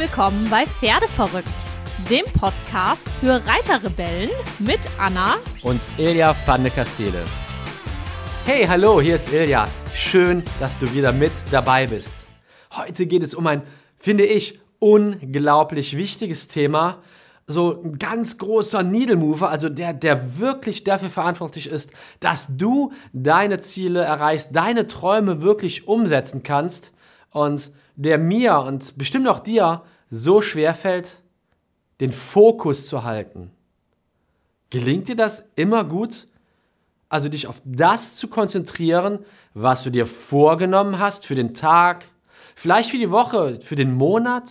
willkommen bei Pferdeverrückt, dem Podcast für Reiterrebellen mit Anna und Ilja van der Kastele. Hey, hallo, hier ist Ilja. Schön, dass du wieder mit dabei bist. Heute geht es um ein, finde ich, unglaublich wichtiges Thema. So ein ganz großer Needle Mover, also der wirklich dafür verantwortlich ist, dass du deine Ziele erreichst, deine Träume wirklich umsetzen kannst und der mir und bestimmt auch dir so schwerfällt, den Fokus zu halten. Gelingt dir das immer gut? Also dich auf das zu konzentrieren, was du dir vorgenommen hast für den Tag, vielleicht für die Woche, für den Monat?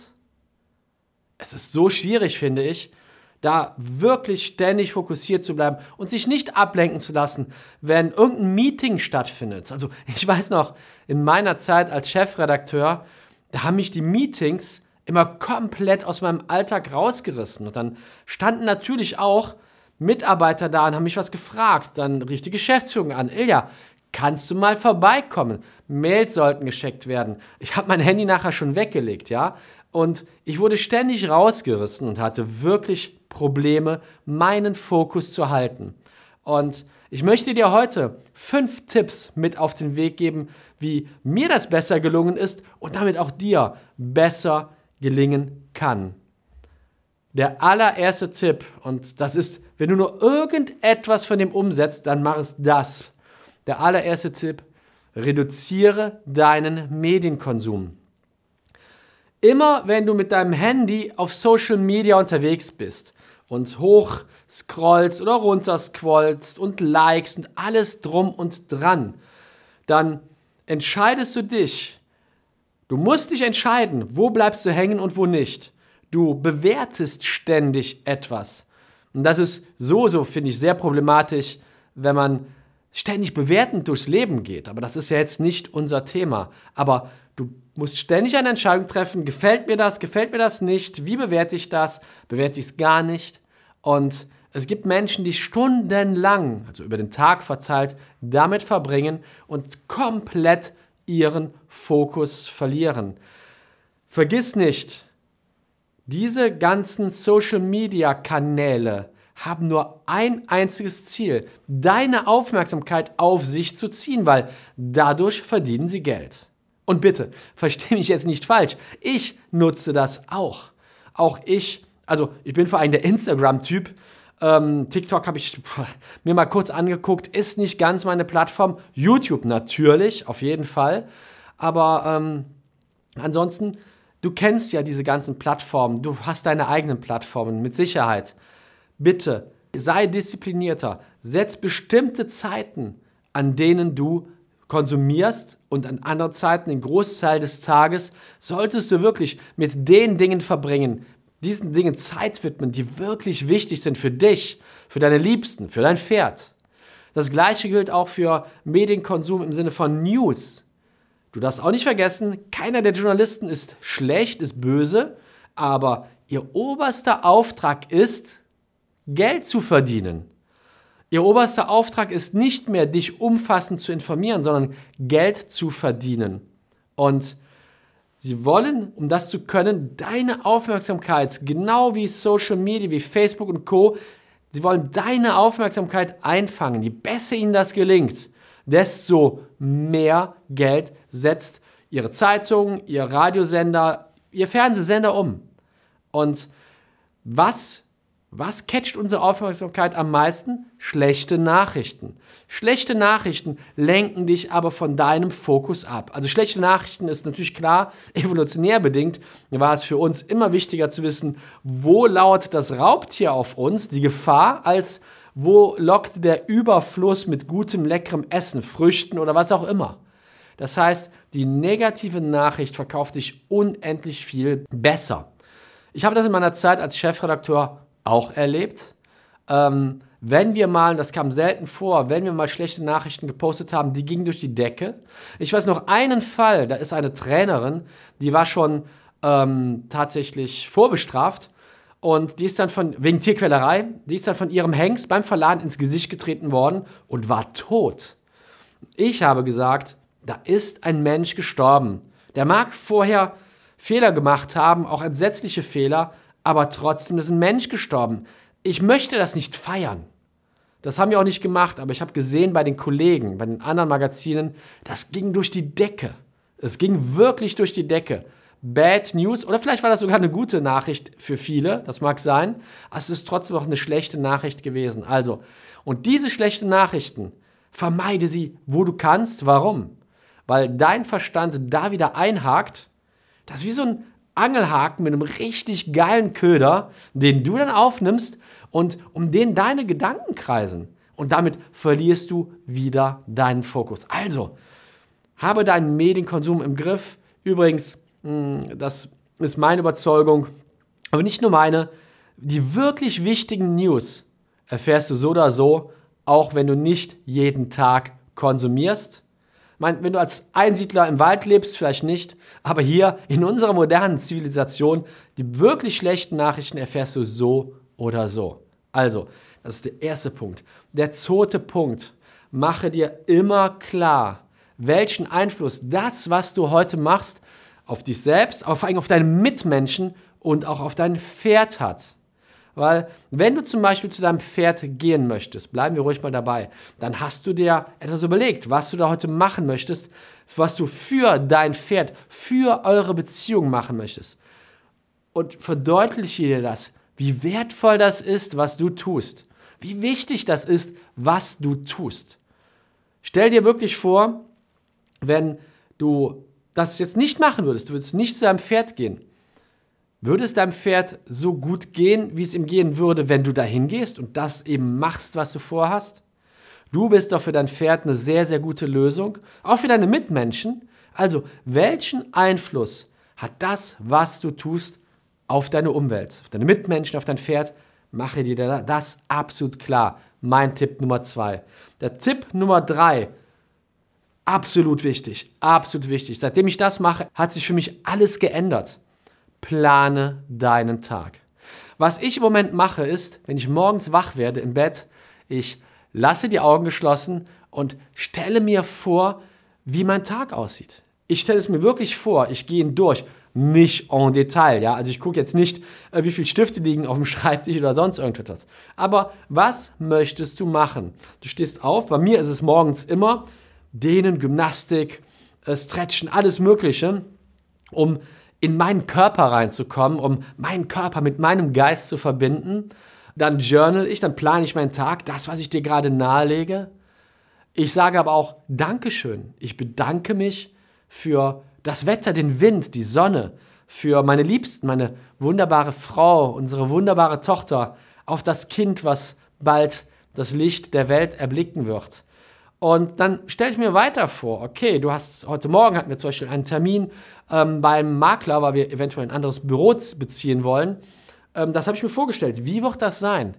Es ist so schwierig, finde ich, da wirklich ständig fokussiert zu bleiben und sich nicht ablenken zu lassen, wenn irgendein Meeting stattfindet. Also ich weiß noch, in meiner Zeit als Chefredakteur, da haben mich die Meetings immer komplett aus meinem Alltag rausgerissen. Und dann standen natürlich auch Mitarbeiter da und haben mich was gefragt. Dann rief die Geschäftsführung an: Ilja, kannst du mal vorbeikommen? Mails sollten gescheckt werden. Ich habe mein Handy nachher schon weggelegt, ja. Und ich wurde ständig rausgerissen und hatte wirklich Probleme, meinen Fokus zu halten. Und ich möchte dir heute 5 Tipps mit auf den Weg geben, wie mir das besser gelungen ist und damit auch dir besser gelingen kann. Der allererste Tipp, und das ist, wenn du nur irgendetwas von dem umsetzt, dann mach es das. Der allererste Tipp: reduziere deinen Medienkonsum. Immer wenn du mit deinem Handy auf Social Media unterwegs bist und hoch scrollst oder runter scrollst und likest und alles drum und dran, dann entscheidest du dich. Du musst dich entscheiden, wo bleibst du hängen und wo nicht. Du bewertest ständig etwas. Und das ist so, finde ich, sehr problematisch, wenn man ständig bewertend durchs Leben geht. Aber das ist ja jetzt nicht unser Thema. Aber du musst ständig eine Entscheidung treffen: gefällt mir das nicht, wie bewerte ich das, bewerte ich es gar nicht. Und es gibt Menschen, die stundenlang, also über den Tag verteilt, damit verbringen und komplett ihren Fokus verlieren. Vergiss nicht, diese ganzen Social-Media-Kanäle haben nur ein einziges Ziel: deine Aufmerksamkeit auf sich zu ziehen, weil dadurch verdienen sie Geld. Und bitte, verstehe mich jetzt nicht falsch, ich nutze das auch. Auch ich, also ich bin vor allem der Instagram-Typ. TikTok habe ich mir mal kurz angeguckt, ist nicht ganz meine Plattform. YouTube natürlich, auf jeden Fall. Aber ansonsten, du kennst ja diese ganzen Plattformen, du hast deine eigenen Plattformen, mit Sicherheit. Bitte, sei disziplinierter, setz bestimmte Zeiten, an denen du konsumierst, und an anderen Zeiten, den Großteil des Tages, solltest du wirklich mit den Dingen verbringen, diesen Dingen Zeit widmen, die wirklich wichtig sind für dich, für deine Liebsten, für dein Pferd. Das Gleiche gilt auch für Medienkonsum im Sinne von News. Du darfst auch nicht vergessen, keiner der Journalisten ist schlecht, ist böse, aber ihr oberster Auftrag ist, Geld zu verdienen. Ihr oberster Auftrag ist nicht mehr, dich umfassend zu informieren, sondern Geld zu verdienen. Und sie wollen, um das zu können, deine Aufmerksamkeit, genau wie Social Media, wie Facebook und Co., sie wollen deine Aufmerksamkeit einfangen. Je besser ihnen das gelingt, desto mehr Geld setzt ihre Zeitung, ihr Radiosender, ihr Fernsehsender um. Und was catcht unsere Aufmerksamkeit am meisten? Schlechte Nachrichten. Schlechte Nachrichten lenken dich aber von deinem Fokus ab. Also schlechte Nachrichten ist natürlich klar, evolutionär bedingt war es für uns immer wichtiger zu wissen, wo lauert das Raubtier auf uns, die Gefahr, als wo lockt der Überfluss mit gutem, leckerem Essen, Früchten oder was auch immer. Das heißt, die negative Nachricht verkauft dich unendlich viel besser. Ich habe das in meiner Zeit als Chefredakteur auch erlebt. Wenn wir mal, das kam selten vor, wenn wir mal schlechte Nachrichten gepostet haben, die gingen durch die Decke. Ich weiß noch einen Fall, da ist eine Trainerin, die war schon tatsächlich vorbestraft und die ist dann wegen Tierquälerei, die ist dann von ihrem Hengst beim Verladen ins Gesicht getreten worden und war tot. Ich habe gesagt, da ist ein Mensch gestorben. Der mag vorher Fehler gemacht haben, auch entsetzliche Fehler, aber trotzdem ist ein Mensch gestorben. Ich möchte das nicht feiern. Das haben wir auch nicht gemacht, aber ich habe gesehen bei den Kollegen, bei den anderen Magazinen, das ging durch die Decke. Es ging wirklich durch die Decke. Bad News, oder vielleicht war das sogar eine gute Nachricht für viele, das mag sein, aber es ist trotzdem auch eine schlechte Nachricht gewesen. Also, und diese schlechten Nachrichten, vermeide sie, wo du kannst. Warum? Weil dein Verstand da wieder einhakt. Das ist wie so ein Angelhaken mit einem richtig geilen Köder, den du dann aufnimmst und um den deine Gedanken kreisen. Und damit verlierst du wieder deinen Fokus. Also, habe deinen Medienkonsum im Griff. Übrigens, das ist meine Überzeugung, aber nicht nur meine, die wirklich wichtigen News erfährst du so oder so, auch wenn du nicht jeden Tag konsumierst. Ich meine, wenn du als Einsiedler im Wald lebst, vielleicht nicht, aber hier in unserer modernen Zivilisation, die wirklich schlechten Nachrichten erfährst du so oder so. Also, das ist der erste Punkt. Der zweite Punkt, mache dir immer klar, welchen Einfluss das, was du heute machst, auf dich selbst, aber vor allem auf deine Mitmenschen und auch auf dein Pferd hat. Weil wenn du zum Beispiel zu deinem Pferd gehen möchtest, bleiben wir ruhig mal dabei, dann hast du dir etwas überlegt, was du da heute machen möchtest, was du für dein Pferd, für eure Beziehung machen möchtest. Und verdeutliche dir das, wie wertvoll das ist, was du tust. Wie wichtig das ist, was du tust. Stell dir wirklich vor, wenn du das jetzt nicht machen würdest, du würdest nicht zu deinem Pferd gehen, würde es deinem Pferd so gut gehen, wie es ihm gehen würde, wenn du dahin gehst und das eben machst, was du vorhast? Du bist doch für dein Pferd eine sehr, sehr gute Lösung, auch für deine Mitmenschen. Also, welchen Einfluss hat das, was du tust, auf deine Umwelt, auf deine Mitmenschen, auf dein Pferd? Mache dir das absolut klar. Mein Tipp Nummer 2. Der Tipp Nummer 3, absolut wichtig, absolut wichtig. Seitdem ich das mache, hat sich für mich alles geändert. Plane deinen Tag. Was ich im Moment mache ist, wenn ich morgens wach werde im Bett, ich lasse die Augen geschlossen und stelle mir vor, wie mein Tag aussieht. Ich stelle es mir wirklich vor, ich gehe ihn durch, nicht en Detail, ja. Also ich gucke jetzt nicht, wie viele Stifte liegen auf dem Schreibtisch oder sonst irgendetwas. Aber was möchtest du machen? Du stehst auf, bei mir ist es morgens immer Dehnen, Gymnastik, Stretchen, alles Mögliche, um in meinen Körper reinzukommen, um meinen Körper mit meinem Geist zu verbinden. Dann journal ich, dann plane ich meinen Tag, das, was ich dir gerade nahelege. Ich sage aber auch Dankeschön. Ich bedanke mich für das Wetter, den Wind, die Sonne, für meine Liebsten, meine wunderbare Frau, unsere wunderbare Tochter, auf das Kind, was bald das Licht der Welt erblicken wird. Und dann stelle ich mir weiter vor, okay, heute Morgen hatten wir zum Beispiel einen Termin beim Makler, weil wir eventuell ein anderes Büro beziehen wollen. Das habe ich mir vorgestellt. Wie wird das sein?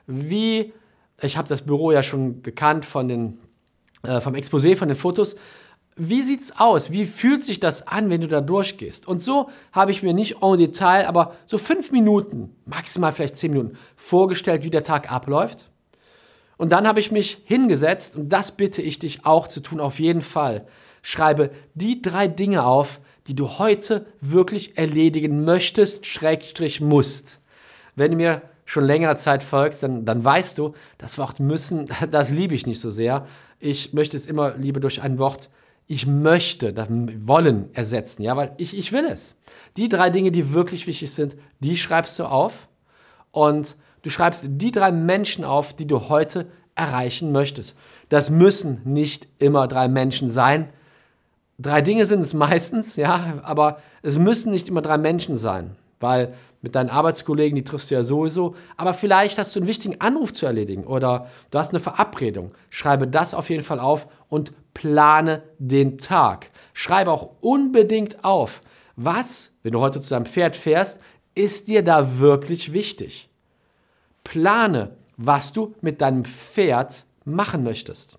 Ich habe das Büro ja schon gekannt vom Exposé, von den Fotos. Wie sieht's aus? Wie fühlt sich das an, wenn du da durchgehst? Und so habe ich mir nicht en Detail, aber so 5 Minuten, maximal vielleicht 10 Minuten, vorgestellt, wie der Tag abläuft. Und dann habe ich mich hingesetzt, und das bitte ich dich auch zu tun, auf jeden Fall. Schreibe die 3 Dinge auf, die du heute wirklich erledigen möchtest, / musst. Wenn du mir schon längere Zeit folgst, dann weißt du, das Wort müssen, das liebe ich nicht so sehr. Ich möchte es immer lieber durch ein Wort ich möchte, das wollen ersetzen, ja, weil ich will es. Die 3 Dinge, die wirklich wichtig sind, die schreibst du auf und du schreibst die 3 Menschen auf, die du heute erreichen möchtest. Das müssen nicht immer 3 Menschen sein. 3 Dinge sind es meistens, ja, aber es müssen nicht immer 3 Menschen sein, weil mit deinen Arbeitskollegen, die triffst du ja sowieso, aber vielleicht hast du einen wichtigen Anruf zu erledigen oder du hast eine Verabredung. Schreibe das auf jeden Fall auf und plane den Tag. Schreibe auch unbedingt auf, was, wenn du heute zu deinem Pferd fährst, ist dir da wirklich wichtig. Plane, was du mit deinem Pferd machen möchtest.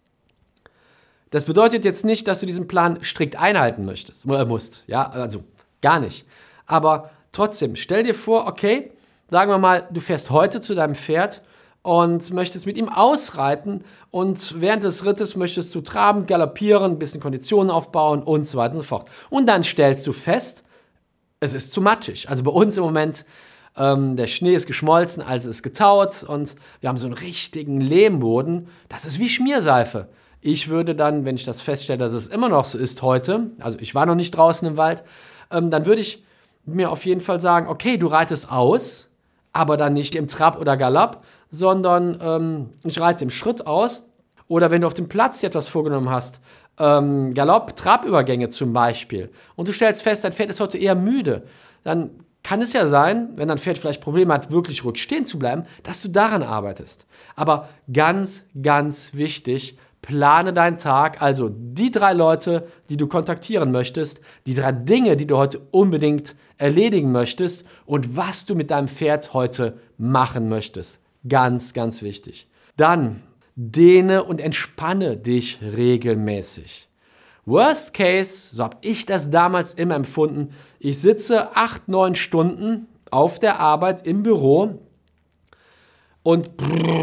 Das bedeutet jetzt nicht, dass du diesen Plan strikt einhalten musst, ja, also gar nicht. Aber trotzdem, stell dir vor, okay, sagen wir mal, du fährst heute zu deinem Pferd und möchtest mit ihm ausreiten und während des Rittes möchtest du traben, galoppieren, ein bisschen Konditionen aufbauen und so weiter und so fort. Und dann stellst du fest, es ist zu matschig. Also bei uns im Moment, der Schnee ist geschmolzen, also ist getaut und wir haben so einen richtigen Lehmboden. Das ist wie Schmierseife. Ich würde dann, wenn ich das feststelle, dass es immer noch so ist heute, also ich war noch nicht draußen im Wald, dann würde ich mir auf jeden Fall sagen, okay, du reitest aus, aber dann nicht im Trab oder Galopp, sondern ich reite im Schritt aus. Oder wenn du auf dem Platz dir etwas vorgenommen hast, Galopp-Trabübergänge zum Beispiel, und du stellst fest, dein Pferd ist heute eher müde, dann kann es ja sein, wenn dein Pferd vielleicht Probleme hat, wirklich ruhig stehen zu bleiben, dass du daran arbeitest. Aber ganz, ganz wichtig, plane deinen Tag, also die 3 Leute, die du kontaktieren möchtest, die 3 Dinge, die du heute unbedingt erledigen möchtest und was du mit deinem Pferd heute machen möchtest. Ganz, ganz wichtig. Dann dehne und entspanne dich regelmäßig. Worst case, so habe ich das damals immer empfunden, ich sitze 8-9 Stunden auf der Arbeit im Büro und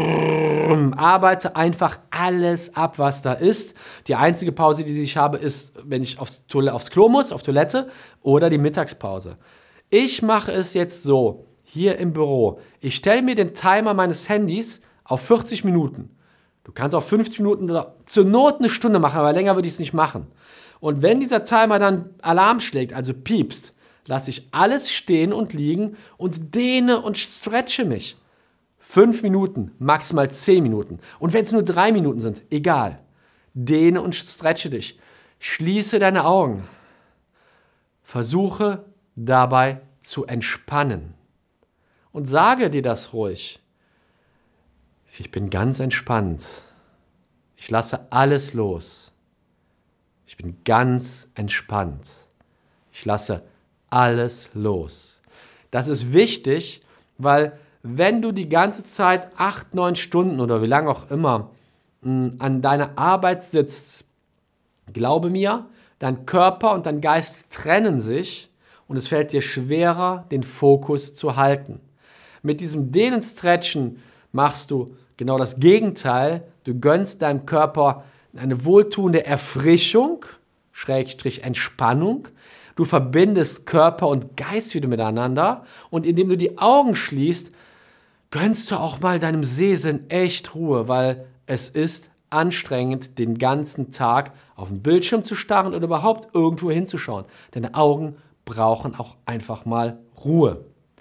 arbeite einfach alles ab, was da ist. Die einzige Pause, die ich habe, ist, wenn ich aufs Klo muss, auf Toilette, oder die Mittagspause. Ich mache es jetzt so, hier im Büro. Ich stelle mir den Timer meines Handys auf 40 Minuten. Du kannst auch 50 Minuten oder zur Not eine Stunde machen, aber länger würde ich es nicht machen. Und wenn dieser Timer dann Alarm schlägt, also piepst, lasse ich alles stehen und liegen und dehne und stretche mich. 5 Minuten, maximal 10 Minuten. Und wenn es nur 3 Minuten sind, egal. Dehne und stretche dich. Schließe deine Augen. Versuche dabei zu entspannen. Und sage dir das ruhig. Ich bin ganz entspannt. Ich lasse alles los. Ich bin ganz entspannt. Ich lasse alles los. Das ist wichtig, weil wenn du die ganze Zeit 8-9 Stunden oder wie lange auch immer an deiner Arbeit sitzt, glaube mir, dein Körper und dein Geist trennen sich und es fällt dir schwerer, den Fokus zu halten. Mit diesem Dehnen, Stretchen machst du genau das Gegenteil. Du gönnst deinem Körper eine wohltuende Erfrischung, Schrägstrich Entspannung. Du verbindest Körper und Geist wieder miteinander und indem du die Augen schließt, gönnst du auch mal deinem Sehsinn echt Ruhe, weil es ist anstrengend, den ganzen Tag auf den Bildschirm zu starren oder überhaupt irgendwo hinzuschauen. Deine Augen brauchen auch einfach mal Ruhe.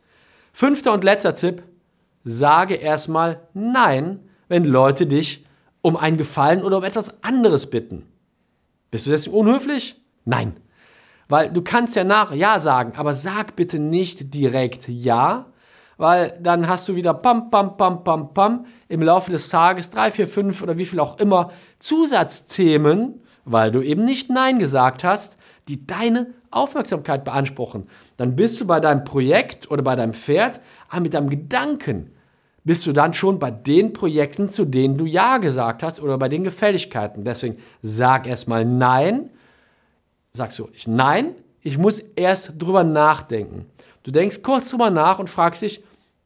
5. und letzter Tipp, sage erstmal Nein, wenn Leute dich um einen Gefallen oder um etwas anderes bitten. Bist du deswegen unhöflich? Nein. Weil du kannst ja Ja sagen, aber sag bitte nicht direkt Ja, weil dann hast du wieder pam, pam, pam, pam, pam im Laufe des Tages 3, 4, 5 oder wie viel auch immer Zusatzthemen, weil du eben nicht Nein gesagt hast, die deine Aufmerksamkeit beanspruchen. Dann bist du bei deinem Projekt oder bei deinem Pferd, aber mit deinem Gedanken bist du dann schon bei den Projekten, zu denen du Ja gesagt hast oder bei den Gefälligkeiten. Deswegen sag erstmal Nein. Sagst du Nein, ich muss erst drüber nachdenken. Du denkst kurz drüber nach und fragst dich,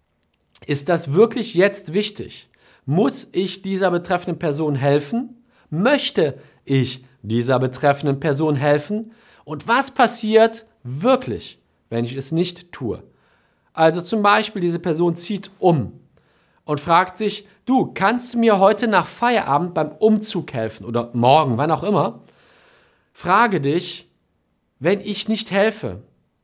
ist das wirklich jetzt wichtig? Muss ich dieser betreffenden Person helfen? Möchte ich dieser betreffenden Person helfen? Und was passiert wirklich, wenn ich es nicht tue? Also zum Beispiel, diese Person zieht um und fragt sich, du, kannst du mir heute nach Feierabend beim Umzug helfen oder morgen, wann auch immer? Frage dich, wenn ich nicht helfe,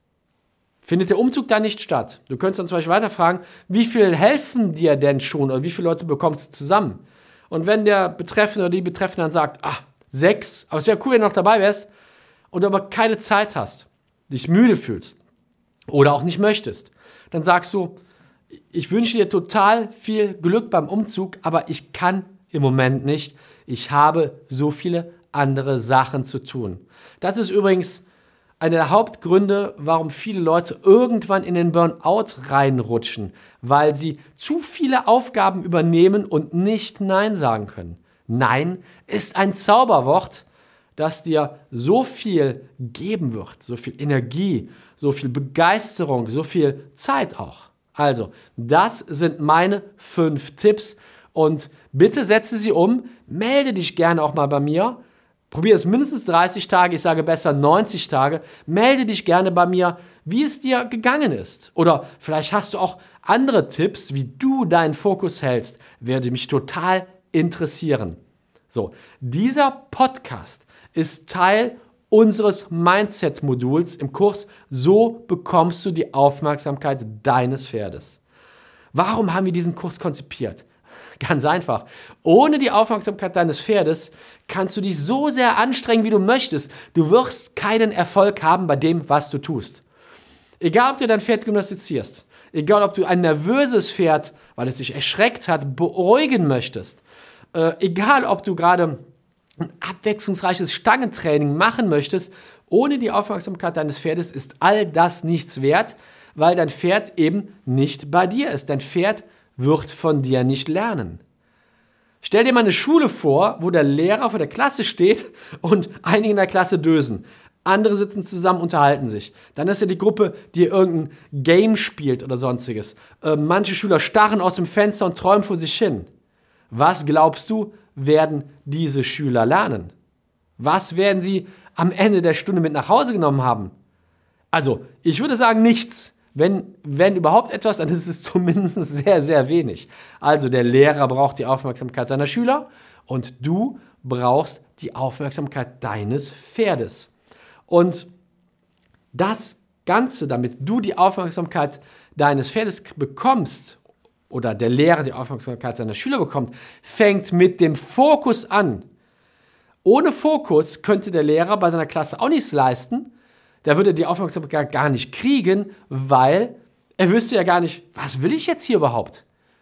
findet der Umzug dann nicht statt? Du könntest dann zum Beispiel weiterfragen, wie viel helfen dir denn schon oder wie viele Leute bekommst du zusammen? Und wenn der Betreffende oder die Betreffende dann sagt, 6, aber es wäre cool, wenn du noch dabei wärst und du aber keine Zeit hast, dich müde fühlst oder auch nicht möchtest, dann sagst du, ich wünsche dir total viel Glück beim Umzug, aber ich kann im Moment nicht. Ich habe so viele andere Sachen zu tun. Das ist übrigens einer der Hauptgründe, warum viele Leute irgendwann in den Burnout reinrutschen, weil sie zu viele Aufgaben übernehmen und nicht Nein sagen können. Nein ist ein Zauberwort, das dir so viel geben wird, so viel Energie, so viel Begeisterung, so viel Zeit auch. Also, das sind meine 5 Tipps und bitte setze sie um, melde dich gerne auch mal bei mir. Probier es mindestens 30 Tage, ich sage besser 90 Tage. Melde dich gerne bei mir, wie es dir gegangen ist. Oder vielleicht hast du auch andere Tipps, wie du deinen Fokus hältst. Würde mich total interessieren. So, dieser Podcast ist Teil unseres Mindset-Moduls im Kurs So bekommst du die Aufmerksamkeit deines Pferdes. Warum haben wir diesen Kurs konzipiert? Ganz einfach. Ohne die Aufmerksamkeit deines Pferdes kannst du dich so sehr anstrengen, wie du möchtest. Du wirst keinen Erfolg haben bei dem, was du tust. Egal, ob du dein Pferd gymnastizierst, egal, ob du ein nervöses Pferd, weil es sich erschreckt hat, beruhigen möchtest, egal, ob du gerade ein abwechslungsreiches Stangentraining machen möchtest, ohne die Aufmerksamkeit deines Pferdes ist all das nichts wert, weil dein Pferd eben nicht bei dir ist. Dein Pferd wird von dir nicht lernen. Stell dir mal eine Schule vor, wo der Lehrer vor der Klasse steht und einige in der Klasse dösen. Andere sitzen zusammen, unterhalten sich. Dann ist ja die Gruppe, die irgendein Game spielt oder sonstiges. Manche Schüler starren aus dem Fenster und träumen vor sich hin. Was glaubst du, werden diese Schüler lernen? Was werden sie am Ende der Stunde mit nach Hause genommen haben? Also, ich würde sagen, nichts. Wenn überhaupt etwas, dann ist es zumindest sehr, sehr wenig. Also, der Lehrer braucht die Aufmerksamkeit seiner Schüler und du brauchst die Aufmerksamkeit deines Pferdes. Und das Ganze, damit du die Aufmerksamkeit deines Pferdes bekommst, oder der Lehrer die Aufmerksamkeit seiner Schüler bekommt, fängt mit dem Fokus an. Ohne Fokus könnte der Lehrer bei seiner Klasse auch nichts leisten. Da würde er die Aufmerksamkeit gar nicht kriegen, weil er wüsste ja gar nicht, was will ich jetzt hier überhaupt?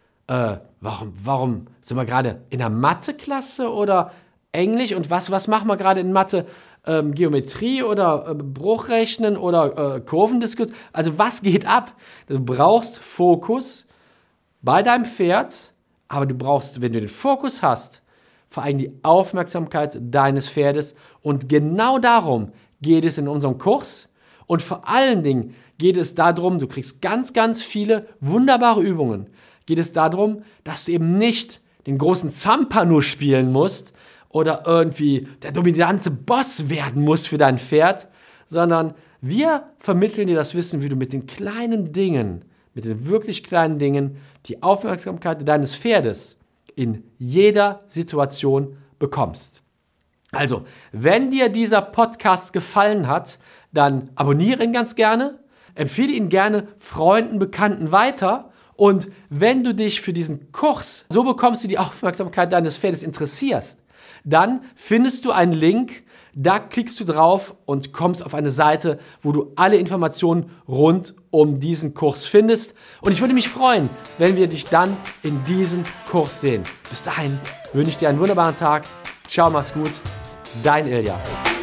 Warum sind wir gerade in der Mathe-Klasse oder Englisch? Und was machen wir gerade in Mathe? Geometrie oder Bruchrechnen oder Kurvendiskussion? Also was geht ab? Du brauchst Fokus bei deinem Pferd, aber du brauchst, wenn du den Fokus hast, vor allem die Aufmerksamkeit deines Pferdes. Und genau darum geht es in unserem Kurs. Und vor allen Dingen geht es darum, du kriegst ganz, ganz viele wunderbare Übungen. Geht es darum, dass du eben nicht den großen Zampano spielen musst oder irgendwie der dominante Boss werden musst für dein Pferd, sondern wir vermitteln dir das Wissen, wie du mit den kleinen Dingen, mit den wirklich kleinen Dingen, die Aufmerksamkeit deines Pferdes in jeder Situation bekommst. Also, wenn dir dieser Podcast gefallen hat, dann abonniere ihn ganz gerne, empfehle ihn gerne Freunden, Bekannten weiter und wenn du dich für diesen Kurs, so bekommst du die Aufmerksamkeit deines Pferdes, interessierst, dann findest du einen Link, da klickst du drauf und kommst auf eine Seite, wo du alle Informationen rund um diesen Kurs findest. Und ich würde mich freuen, wenn wir dich dann in diesem Kurs sehen. Bis dahin wünsche ich dir einen wunderbaren Tag. Ciao, mach's gut. Dein Ilja.